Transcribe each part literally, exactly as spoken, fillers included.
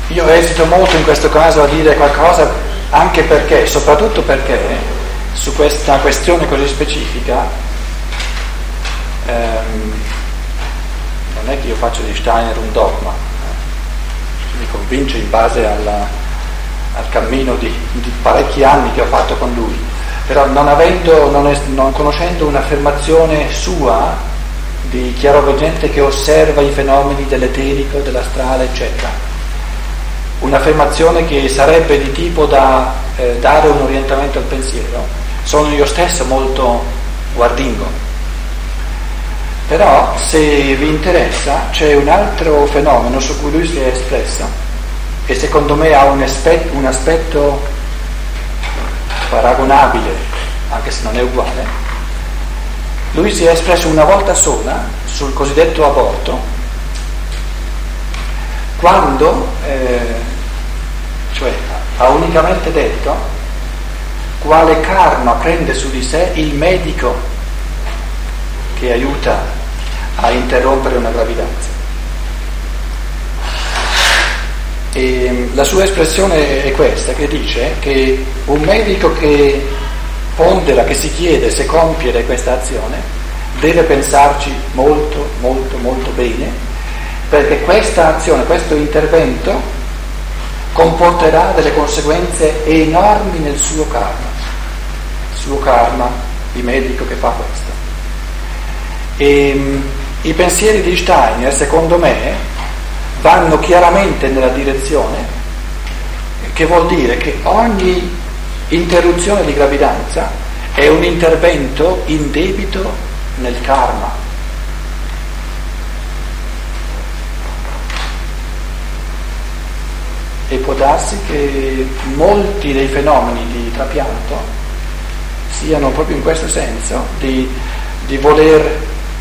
io esito molto in questo caso a dire qualcosa, anche perché, soprattutto perché su questa questione così specifica ehm, non è che io faccio di Steiner un dogma, eh. Mi convince in base alla, al cammino di, di parecchi anni che ho fatto con lui, però non avendo, non, es, non conoscendo un'affermazione sua di chiaroveggente che osserva i fenomeni dell'eterico, dell'astrale, eccetera, un'affermazione che sarebbe di tipo da eh, dare un orientamento al pensiero, sono io stesso molto guardingo. Però se vi interessa c'è un altro fenomeno su cui lui si è espresso e secondo me ha un aspetto, un aspetto paragonabile, anche se non è uguale. Lui si è espresso una volta sola sul cosiddetto aborto, quando eh, cioè ha unicamente detto quale karma prende su di sé il medico che aiuta a interrompere una gravidanza. E la sua espressione è questa, che dice che un medico che pondera, che si chiede se compiere questa azione, deve pensarci molto, molto, molto bene, perché questa azione, questo intervento comporterà delle conseguenze enormi nel suo karma, il suo karma di medico che fa questo. E um, i pensieri di Steiner, secondo me, vanno chiaramente nella direzione che vuol dire che ogni interruzione di gravidanza è un intervento indebito nel karma. E può darsi che molti dei fenomeni di trapianto siano proprio in questo senso, di, di voler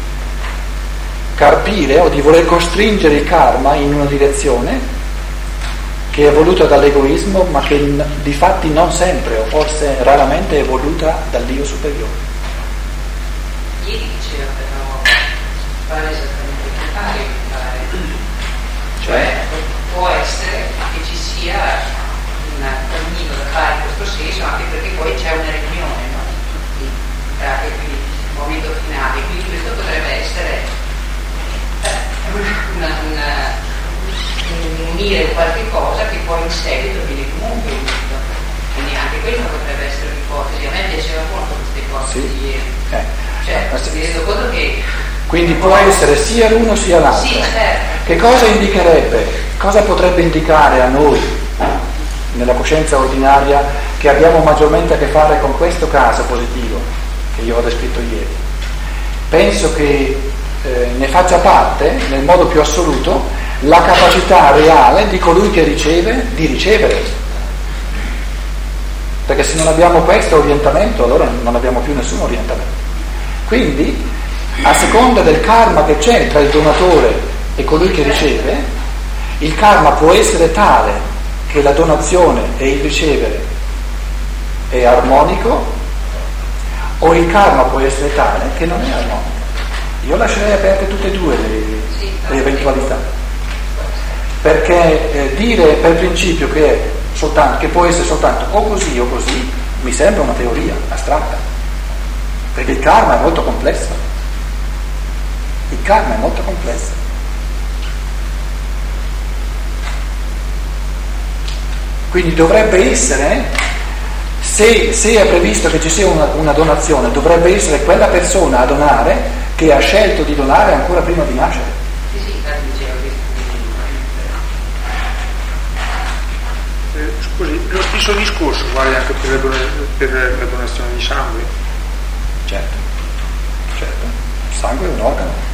carpire o di voler costringere il karma in una direzione che è voluta dall'egoismo, ma che di fatti non sempre, o forse raramente, è voluta dall'io superiore. Ieri diceva però fare esattamente il contrario, fare. Cioè può essere che ci sia un cammino da fare in questo senso, anche perché poi c'è una riunione, no? Tutti, e quindi il momento finale, quindi questo potrebbe essere una, una, un unire qualche cosa che poi in seguito viene comunque unito, quindi anche questa potrebbe essere un'ipotesi. A me piaceva molto questa ipotesi sì. di ieri, eh. cioè mi rendo conto che quindi può essere sia l'uno sia l'altro. Sì, certo. Che cosa indicherebbe? Cosa potrebbe indicare a noi nella coscienza ordinaria che abbiamo maggiormente a che fare con questo caso positivo che io ho descritto ieri? Penso che eh, ne faccia parte, nel modo più assoluto, la capacità reale di colui che riceve di ricevere. Perché se non abbiamo questo orientamento, allora non abbiamo più nessun orientamento. Quindi, a seconda del karma che c'è tra il donatore e colui che riceve, il karma può essere tale che la donazione e il ricevere è armonico, o il karma può essere tale che non è armonico. Io lascerei aperte tutte e due le, le eventualità, perché eh, dire per principio che, è soltanto, che può essere soltanto o così o così mi sembra una teoria astratta, perché il karma è molto complesso. Il karma è molto complesso. Quindi dovrebbe essere, se, se è previsto che ci sia una, una donazione, dovrebbe essere quella persona a donare che ha scelto di donare ancora prima di nascere. Sì, sì, infatti diceva eh, Scusi, lo stesso discorso vale anche per la, don- per la donazione di sangue? Certo, certo, il sangue è un organo.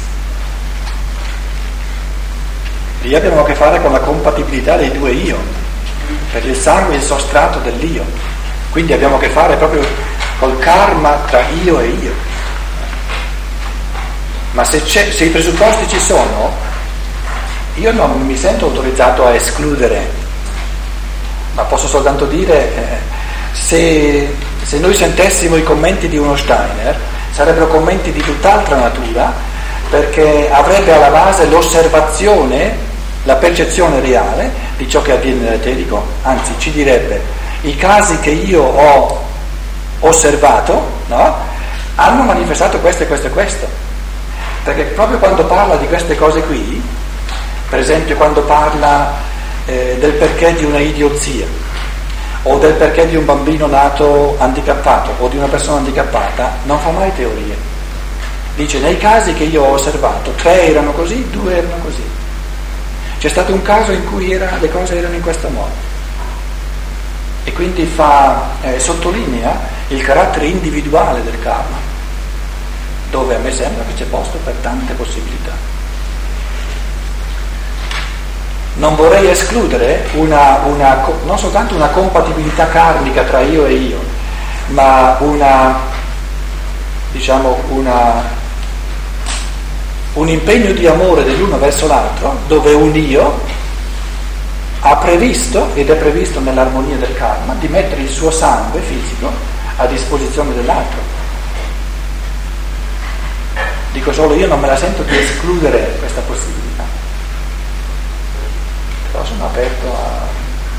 Lì abbiamo a che fare con la compatibilità dei due io, perché il sangue è il sostrato dell'io, quindi abbiamo a che fare proprio col karma tra io e io. Ma se, c'è, se i presupposti ci sono, io non mi sento autorizzato a escludere, ma posso soltanto dire, eh, se, se noi sentessimo i commenti di uno Steiner, sarebbero commenti di tutt'altra natura, perché avrebbe alla base l'osservazione la percezione reale di ciò che avviene nell'eterico, anzi ci direbbe i casi che io ho osservato, no? Hanno manifestato questo e questo e questo, perché proprio quando parla di queste cose qui, per esempio quando parla eh, del perché di una idiozia o del perché di un bambino nato handicappato o di una persona handicappata, non fa mai teorie. Dice nei casi che io ho osservato tre erano così, due erano così. C'è stato un caso in cui era, le cose erano in questo modo, e quindi fa, eh, sottolinea il carattere individuale del karma, dove a me sembra che c'è posto per tante possibilità. Non vorrei escludere una, una, non soltanto una compatibilità karmica tra io e io, ma una, diciamo, una, un impegno di amore dell'uno verso l'altro, dove un io ha previsto, ed è previsto nell'armonia del karma, di mettere il suo sangue fisico a disposizione dell'altro. Dico solo, io non me la sento di escludere questa possibilità. Però sono aperto a...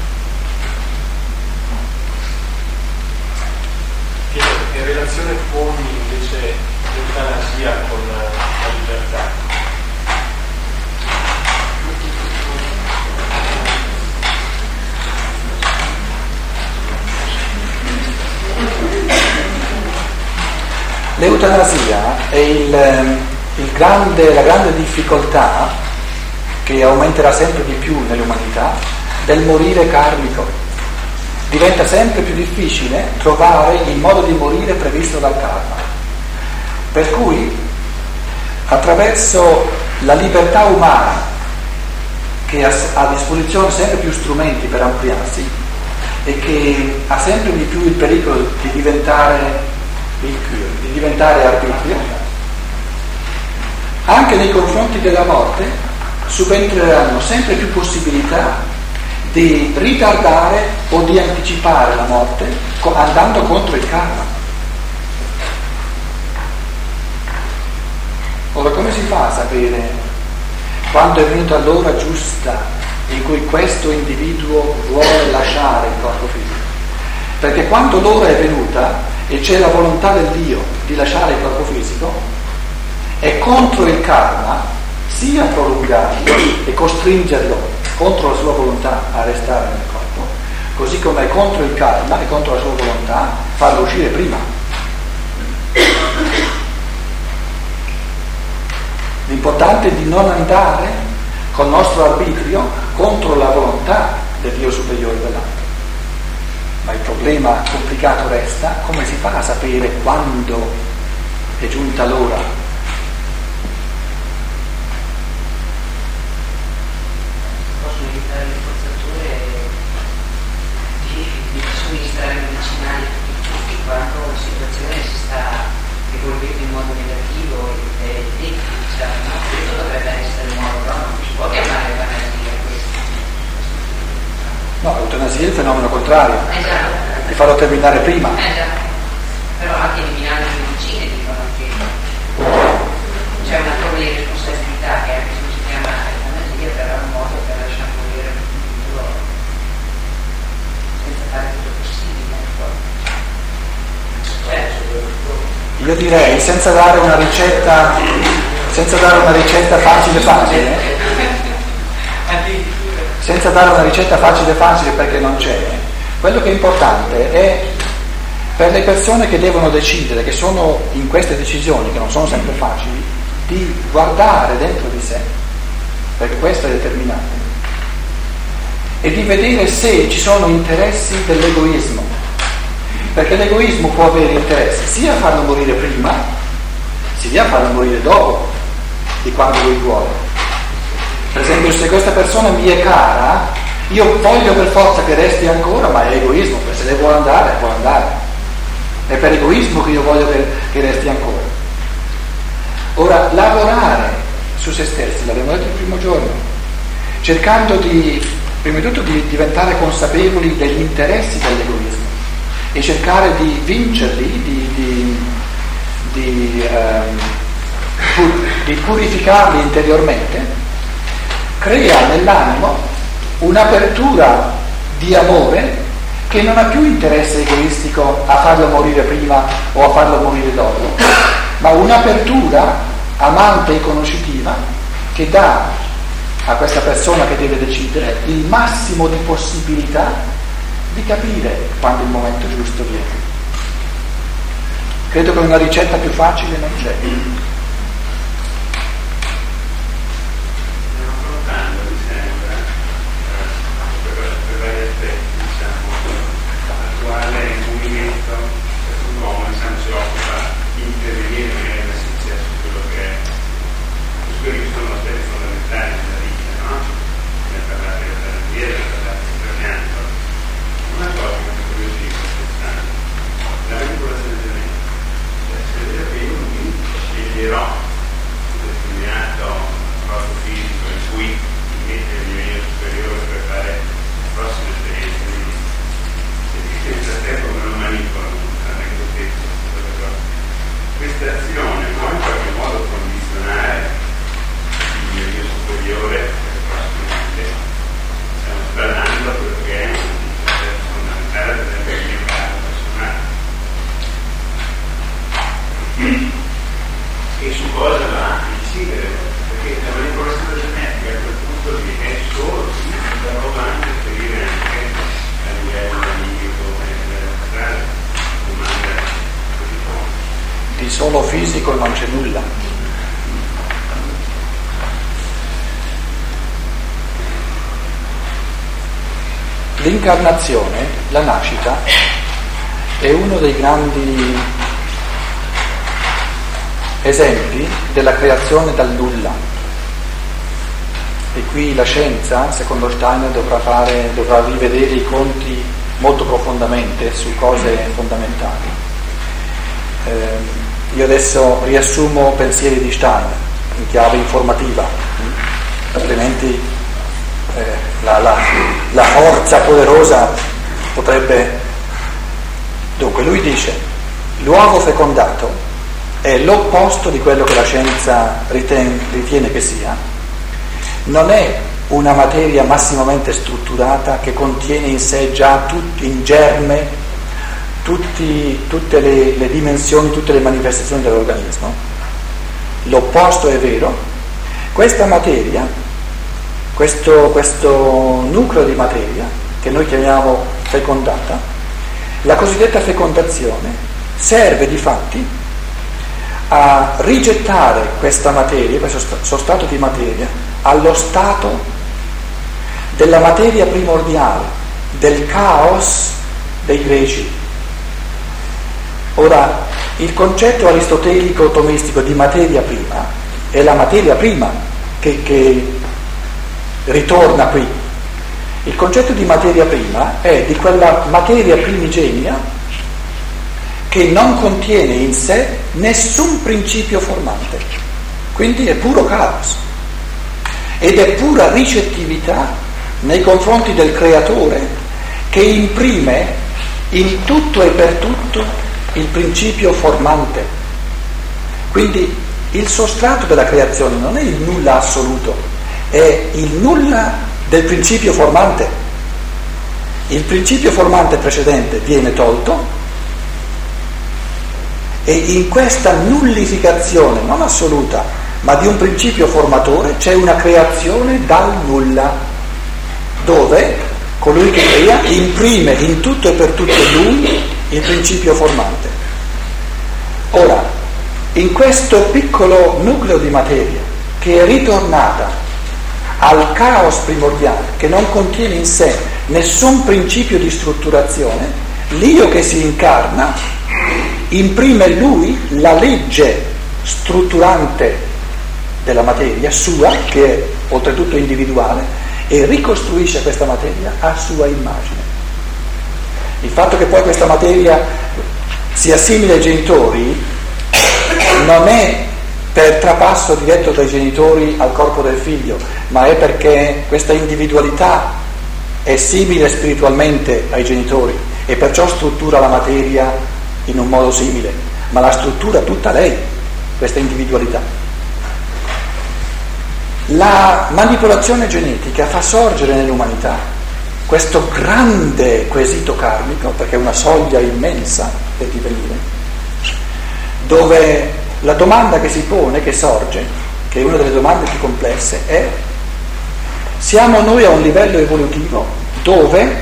Che relazione poni invece l'eutanasia con la libertà? L'eutanasia è il, il grande, la grande difficoltà che aumenterà sempre di più nell'umanità del morire karmico. Diventa sempre più difficile trovare il modo di morire previsto dal karma. Per cui, attraverso la libertà umana, che ha a disposizione sempre più strumenti per ampliarsi e che ha sempre di più il pericolo di diventare di diventare arbitrio, anche nei confronti della morte subentreranno sempre più possibilità di ritardare o di anticipare la morte andando contro il karma. Ora, come si fa a sapere quando è venuta l'ora giusta in cui questo individuo vuole lasciare il corpo fisico? Perché quando l'ora è venuta e c'è la volontà del Dio di lasciare il corpo fisico, è contro il karma sia prolungarlo e costringerlo contro la sua volontà a restare nel corpo, così come è contro il karma e contro la sua volontà farlo uscire prima. L'importante è di non andare col nostro arbitrio contro la volontà del Dio superiore dell'altro. Ma il problema complicato resta: come si fa a sapere quando è giunta l'ora? Possono evitare le forzature di, di somministrare medicinali tutti quando la situazione si sta evolvendo in modo negativo e diciamo, no? Questo dovrebbe essere il modo, però non si può chiamare eutanasia questo. No, l'eutanasia è il fenomeno contrario, Esatto. di farlo terminare prima. Esatto. Però anche eliminando le medicine dicono che c'è una forma di responsabilità che anche se non si chiama eutanasia, però è un modo per lasciare morire l'individuo senza fare tutto il possibile. Cioè, Io direi, senza dare una ricetta, senza dare una ricetta facile facile, senza dare una ricetta facile facile perché non c'è, quello che è importante è per le persone che devono decidere, che sono in queste decisioni, che non sono sempre facili, di guardare dentro di sé, perché questo è determinante, e di vedere se ci sono interessi dell'egoismo, perché l'egoismo può avere interessi sia a farlo morire prima, sia a farlo morire dopo di quando lui vuole. Per esempio, se questa persona mi è cara, io voglio per forza che resti ancora, ma è egoismo, perché se lei vuole andare, può andare. È per egoismo che io voglio che, che resti ancora. Ora, lavorare su se stessi, l'abbiamo detto il primo giorno, cercando di, prima di tutto, di diventare consapevoli degli interessi dell'egoismo e cercare di vincerli, di, di, di, ehm, pur, di purificarli interiormente, crea nell'animo un'apertura di amore che non ha più interesse egoistico a farlo morire prima o a farlo morire dopo, ma un'apertura amante e conoscitiva che dà a questa persona che deve decidere il massimo di possibilità di capire quando il momento giusto viene. Credo che una ricetta più facile non c'è. Stiamo affrontando, mi sembra, per vari aspetti, diciamo, l'attuale movimento per un uomo, diciamo, si occupa di intervenire nel successo di quello che è, su quelli che sono aspetti fondamentali della vita, no? Per parlare della terapia, per parlare del trapianto. Una cosa che mi incuriosisce quest'anno, la manipolazione del mente. Sceglierò un determinato rapporto fisico in cui mettere il livello superiore per fare la prossima esperienza di esistenza a tempo me lo manipolo, non è che lo stesso, questa azione può in qualche modo condizionare il livello superiore per la prossima esperienza. Stiamo sballando quello che è un processo fondamentale del mio caso personale. E su cosa va a incidere, perché la manipolazione genetica a quel punto lì è solo fisica, ma va anche interferire anche a livello animico, a livello astrale, umano, così come. Di solo fisico non c'è nulla. L'incarnazione, la nascita, è uno dei grandi esempi della creazione dal nulla, e qui la scienza, secondo Steiner, dovrà fare, dovrà rivedere i conti molto profondamente su cose fondamentali. Eh, io adesso riassumo pensieri di Steiner in chiave informativa, altrimenti eh, la, la, la forza poderosa potrebbe. Dunque lui dice: l'uovo fecondato è l'opposto di quello che la scienza ritiene, ritiene che sia, non è una materia massimamente strutturata che contiene in sé già tutti, in germe tutti, tutte le, le dimensioni, tutte le manifestazioni dell'organismo. L'opposto è vero. Questa materia, questo, questo nucleo di materia che noi chiamiamo fecondata, la cosiddetta fecondazione, serve di fatti a rigettare questa materia, questo sostrato di materia, allo stato della materia primordiale, del caos dei greci. Ora, il concetto aristotelico tomistico di materia prima è la materia prima che, che ritorna qui. Il concetto di materia prima è di quella materia primigenia che non contiene in sé nessun principio formante, quindi è puro caos ed è pura ricettività nei confronti del creatore, che imprime in tutto e per tutto il principio formante. Quindi il sostrato della creazione non è il nulla assoluto, è il nulla del principio formante. Il principio formante precedente viene tolto, e in questa nullificazione non assoluta, ma di un principio formatore, c'è una creazione dal nulla, dove colui che crea imprime in tutto e per tutto lui il principio formante. Ora, in questo piccolo nucleo di materia che è ritornata al caos primordiale, che non contiene in sé nessun principio di strutturazione, l'io che si incarna imprime lui la legge strutturante della materia sua, che è oltretutto individuale, e ricostruisce questa materia a sua immagine. Il fatto che poi questa materia sia simile ai genitori non è per trapasso diretto dai genitori al corpo del figlio, ma è perché questa individualità è simile spiritualmente ai genitori e perciò struttura la materia in un modo simile, ma la struttura tutta lei, questa individualità. La manipolazione genetica fa sorgere nell'umanità questo grande quesito karmico, perché è una soglia immensa del divenire, dove la domanda che si pone, che sorge, che è una delle domande più complesse, è: siamo noi a un livello evolutivo dove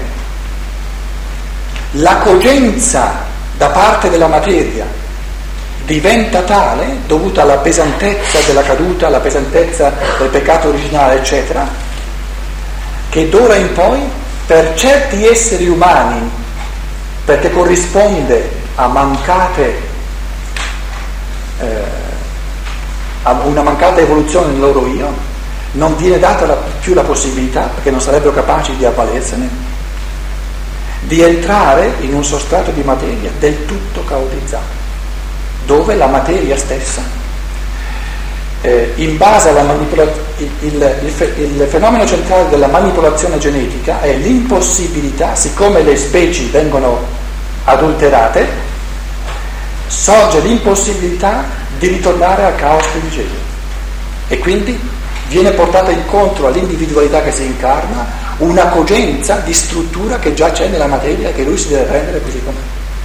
la cogenza da parte della materia diventa tale, dovuta alla pesantezza della caduta, alla pesantezza del peccato originale, eccetera, che d'ora in poi per certi esseri umani, perché corrisponde a mancate eh, a una mancata evoluzione del loro io, non viene data la, più la possibilità, perché non sarebbero capaci di avvalersene, di entrare in un sostrato di materia del tutto caotizzato, dove la materia stessa, eh, in base alla manipolazione, il, il, il, il fenomeno centrale della manipolazione genetica è l'impossibilità, siccome le specie vengono adulterate, sorge l'impossibilità di ritornare al caos primigenio, e quindi viene portata incontro all'individualità che si incarna una cogenza di struttura che già c'è nella materia e che lui si deve prendere così com'è.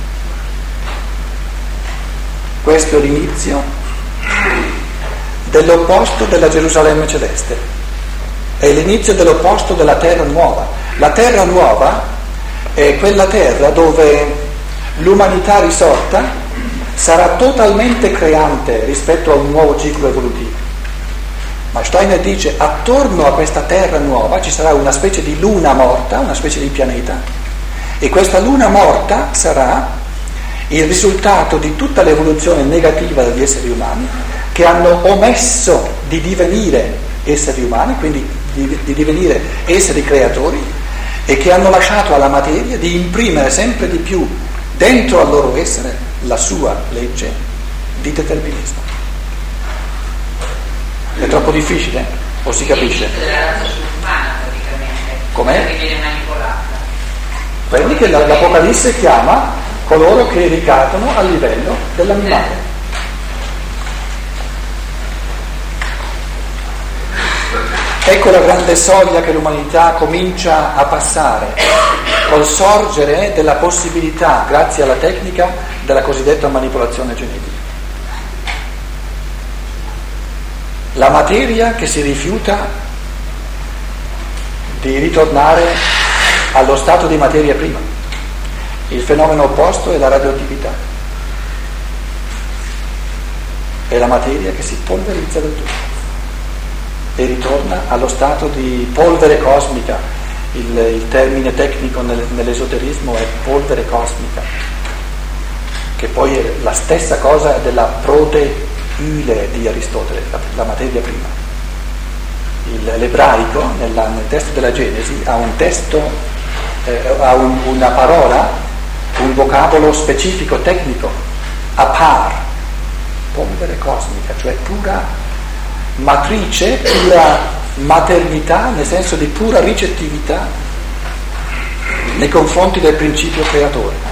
Questo è l'inizio dell'opposto della Gerusalemme celeste, è l'inizio dell'opposto della terra nuova. La terra nuova è quella terra dove l'umanità risorta sarà totalmente creante rispetto a un nuovo ciclo evolutivo. Ma Steiner dice: attorno a questa terra nuova ci sarà una specie di luna morta, una specie di pianeta, e questa luna morta sarà il risultato di tutta l'evoluzione negativa degli esseri umani, che hanno omesso di divenire esseri umani, quindi di, di divenire esseri creatori, e che hanno lasciato alla materia di imprimere sempre di più dentro al loro essere la sua legge di determinismo. È troppo difficile? O si capisce? La razza umana praticamente. Com'è? Che viene manipolata. Quelli che l'Apocalisse chiama coloro che ricadono al livello dell'animale. Ecco la grande soglia che l'umanità comincia a passare col sorgere della possibilità, grazie alla tecnica, della cosiddetta manipolazione genetica. La materia che si rifiuta di ritornare allo stato di materia prima. Il fenomeno opposto è la radioattività. È la materia che si polverizza del tutto e ritorna allo stato di polvere cosmica. Il, il termine tecnico nel, nell'esoterismo è polvere cosmica, che poi è la stessa cosa della proteule di Aristotele, la, la materia prima. Il, l'ebraico nella, nel testo della Genesi ha un testo, eh, ha un, una parola, un vocabolo specifico tecnico, apar, polvere cosmica, cioè pura matrice, pura maternità, nel senso di pura ricettività nei confronti del principio creatore.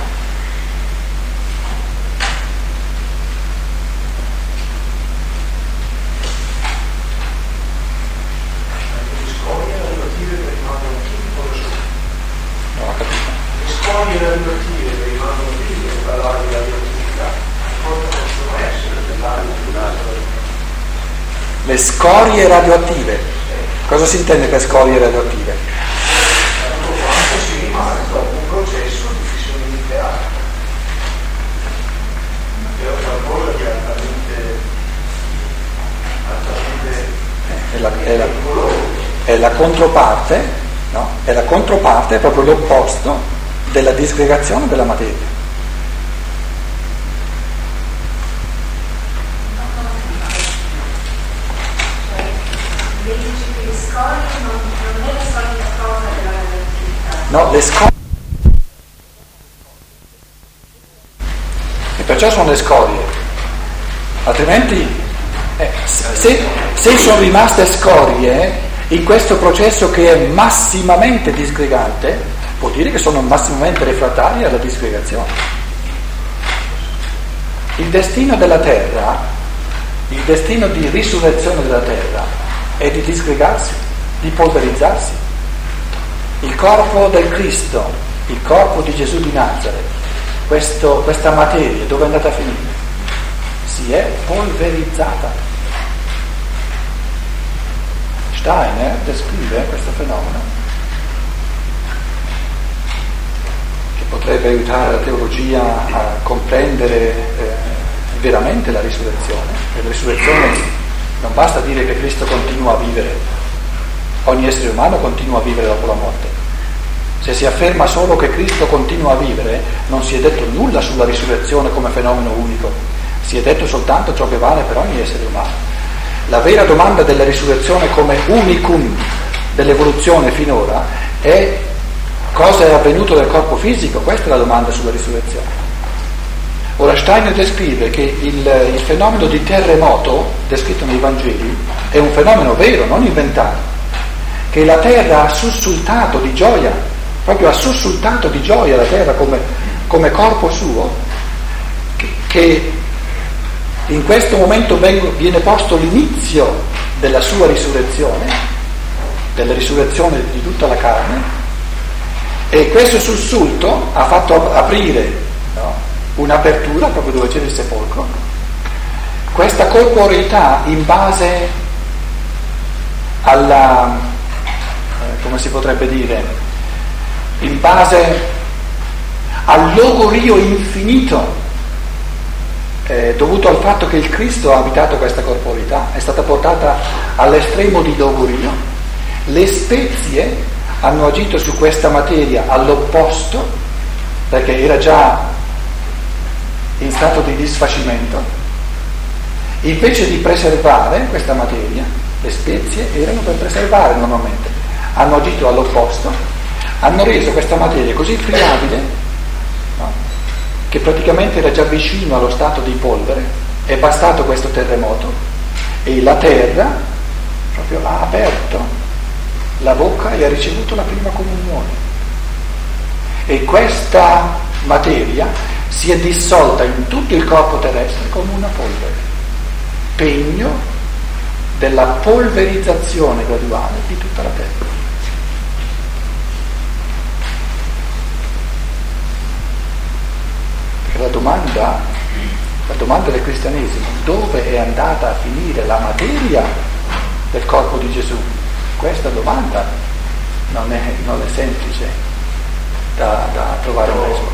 Le scorie radioattive che rimangono qui cosa sono? Non ho capito. Le scorie radioattive che rimangono qui, per parlare di radioattività, cosa possono essere dell'aria naturale? Le scorie radioattive. Cosa si intende per scorie radioattive? Tutto quanto si rimane dopo un processo di fissione nucleare. È qualcosa di altamente, altamente È la, è la, è la controparte, no? È la controparte, è proprio l'opposto della disgregazione della materia. No, le scorie. E perciò sono le scorie. Altrimenti, eh, se, se sono rimaste scorie in questo processo che è massimamente disgregante, vuol dire che sono massimamente refrattarie alla disgregazione. Il destino della Terra, il destino di risurrezione della Terra, è di disgregarsi, di polverizzarsi. Il corpo del Cristo, il corpo di Gesù di Nazareth, questo, questa materia dove è andata a finire? Si è polverizzata. Steiner descrive questo fenomeno che potrebbe aiutare la teologia a comprendere eh, veramente la risurrezione. E la risurrezione non basta dire che Cristo continua a vivere. Ogni essere umano continua a vivere dopo la morte. Se si afferma solo che Cristo continua a vivere, non si è detto nulla sulla risurrezione come fenomeno unico, si è detto soltanto ciò che vale per ogni essere umano. La vera domanda della risurrezione come unicum dell'evoluzione finora è cosa è avvenuto del corpo fisico, questa è la domanda sulla risurrezione. Ora Steiner descrive che il, il fenomeno di terremoto descritto nei Vangeli è un fenomeno vero, non inventato, che la terra ha sussultato di gioia, proprio ha sussultato di gioia la terra come, come corpo suo, che, che in questo momento vengo, viene posto l'inizio della sua risurrezione, della risurrezione di tutta la carne, e questo sussulto ha fatto aprire, no, un'apertura proprio dove c'era il sepolcro, questa corporeità in base alla, eh, come si potrebbe dire, in base al logorio infinito eh, dovuto al fatto che il Cristo ha abitato questa corporeità, è stata portata all'estremo di logorio. Le spezie hanno agito su questa materia all'opposto, perché era già in stato di disfacimento. Invece di preservare questa materia, le spezie erano per preservare normalmente, hanno agito all'opposto, hanno reso questa materia così friabile, no, che praticamente era già vicino allo stato di polvere. È bastato questo terremoto e la terra proprio ha aperto la bocca e ha ricevuto la prima comunione, e questa materia si è dissolta in tutto il corpo terrestre come una polvere, pegno della polverizzazione graduale di tutta la terra. Perché la domanda, la domanda del cristianesimo, dove è andata a finire la materia del corpo di Gesù? Questa domanda non è, non è semplice da, da trovare un risposta.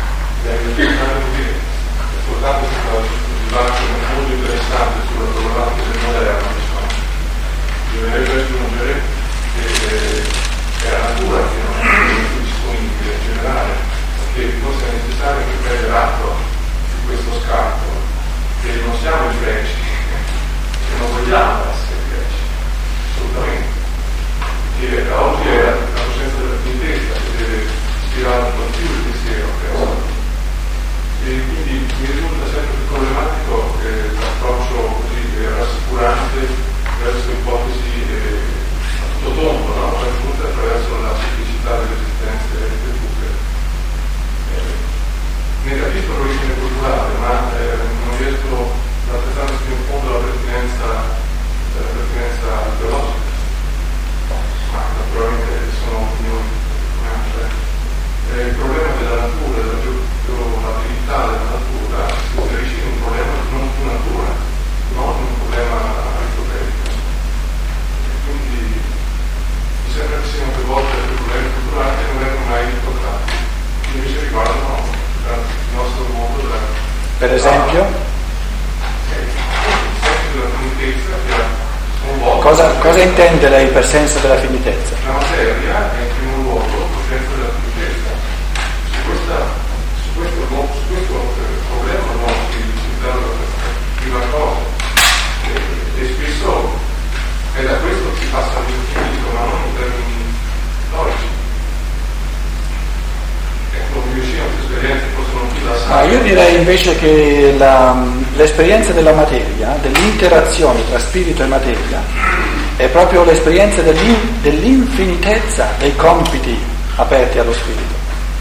Scusate, un dibattito molto interessante sulla problematica del moderno, diciamo. Io vorrei aggiungere che è la natura che non è più disponibile in generale, che forse è necessario che prendere atto su questo scatto, che non siamo i greci, che non vogliamo essere greci, assolutamente. Che oggi è la coscienza della finitezza che deve ispirare un po' più il pensiero, penso. E quindi mi risulta sempre più problematico eh, l'approccio così eh, rassicurante verso ipotesi eh, a tutto tondo, no? Raggiunte attraverso la ciclicità delle esistenze ripetute. Eh, ne capisco l'origine culturale, ma eh, non riesco ad apprezzare fino in fondo la pertinenza, la pertinenza teologica. Ma naturalmente sono opinioni. Eh, il problema della natura, della abilità della natura, si inserisce in un problema non di natura, non in un problema aristotelico. E quindi mi sembra che siano più volte dei problemi culturali che non vengono mai toccati, che invece riguardano il nostro mondo della... Per esempio? Eh, il senso della finitezza che ha un volto... Cosa, cosa intende lei per senso della finitezza? La materia è in primo luogo coscienza della finitezza. Su questa Su questo, su questo problema non si interroga questa prima cosa, e, e spesso è da questo che si passa all'infinito, ma non in termini logici. Ecco, mi uscivano queste esperienze, forse non più da Ah, io direi invece che la, l'esperienza della materia, dell'interazione tra spirito e materia, è proprio l'esperienza dell'in, dell'infinitezza dei compiti aperti allo spirito.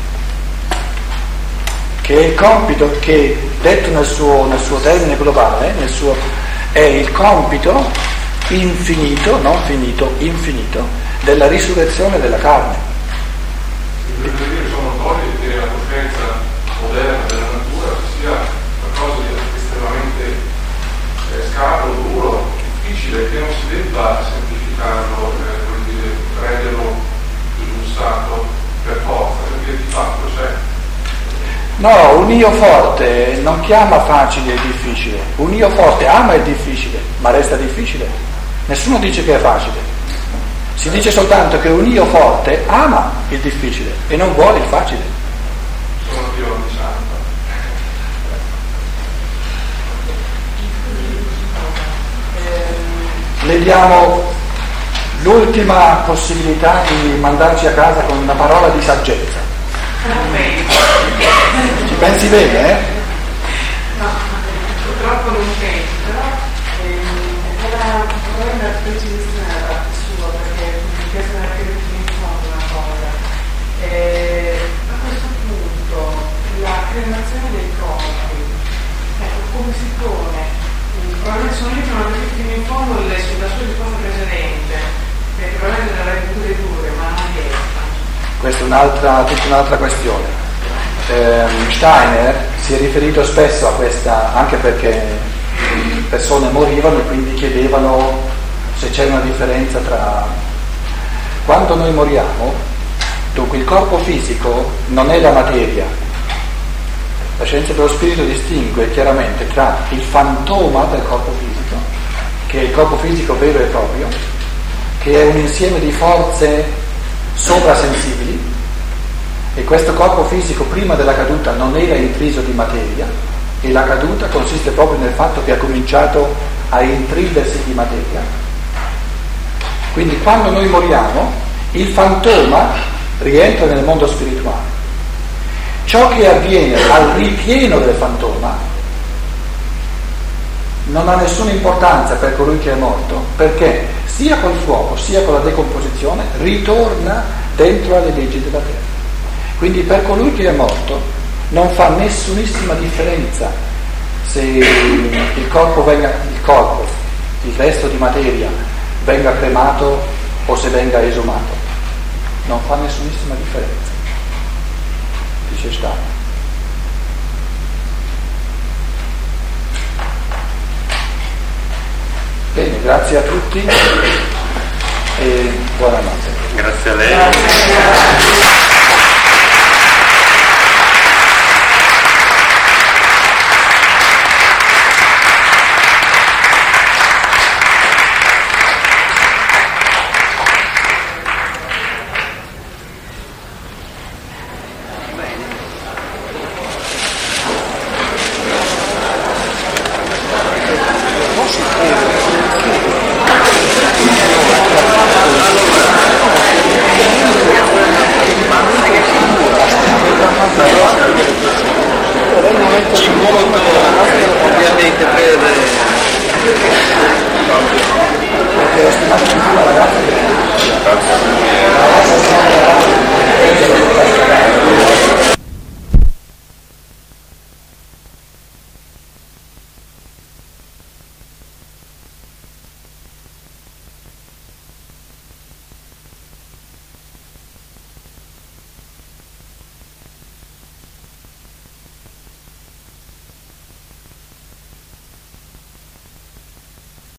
Che è il compito che, detto nel suo, nel suo termine globale, nel suo, è il compito infinito, non finito, infinito, della risurrezione della carne. Il dire sono notori che la coscienza moderna della natura sia qualcosa di estremamente eh, scabro, duro, difficile, che non si debba semplificarlo, eh, vuol dire, renderlo in un stato per forza, perché di fatto c'è. No, un io forte non chiama facile e difficile, un io forte ama il difficile, ma resta difficile. Nessuno dice che è facile, si dice soltanto che un io forte ama il difficile e non vuole il facile. Sono Dio di Santa. Le diamo l'ultima possibilità di mandarci a casa con una parola di saggezza. Ci pensi bene, eh? No, purtroppo non penso, però ehm, era una precisione da parte sua, perché mi piace anche in fondo una cosa. Eh, a questo punto la cremazione dei corpi, ecco, come si pone? Probabilmente sono io che non ho capito fino in fondo le, la sua risposta precedente, perché probabilmente non l'hai potuto dedurre, ma non riesco. Questa è un'altra, tutta un'altra questione. Eh, Steiner si è riferito spesso a questa, anche perché persone morivano e quindi chiedevano se c'è una differenza tra... Quando noi moriamo, dunque il corpo fisico non è la materia. La scienza dello spirito distingue chiaramente tra il fantoma del corpo fisico, che è il corpo fisico vero e proprio, che è un insieme di forze sovrasensibili, e questo corpo fisico prima della caduta non era intriso di materia, e la caduta consiste proprio nel fatto che ha cominciato a intridersi di materia. Quindi quando noi moriamo, il fantoma rientra nel mondo spirituale. Ciò che avviene al ripieno del fantoma non ha nessuna importanza per colui che è morto, perché sia col fuoco sia con la decomposizione ritorna dentro alle leggi della terra. Quindi per colui che è morto non fa nessunissima differenza se il corpo venga, il corpo, il resto di materia venga cremato o se venga esumato. Non fa nessunissima differenza, dice Steiner. Bene, grazie a tutti e buonanotte. Grazie a lei. Grazie. Perché ho stimato di più la ragazza che...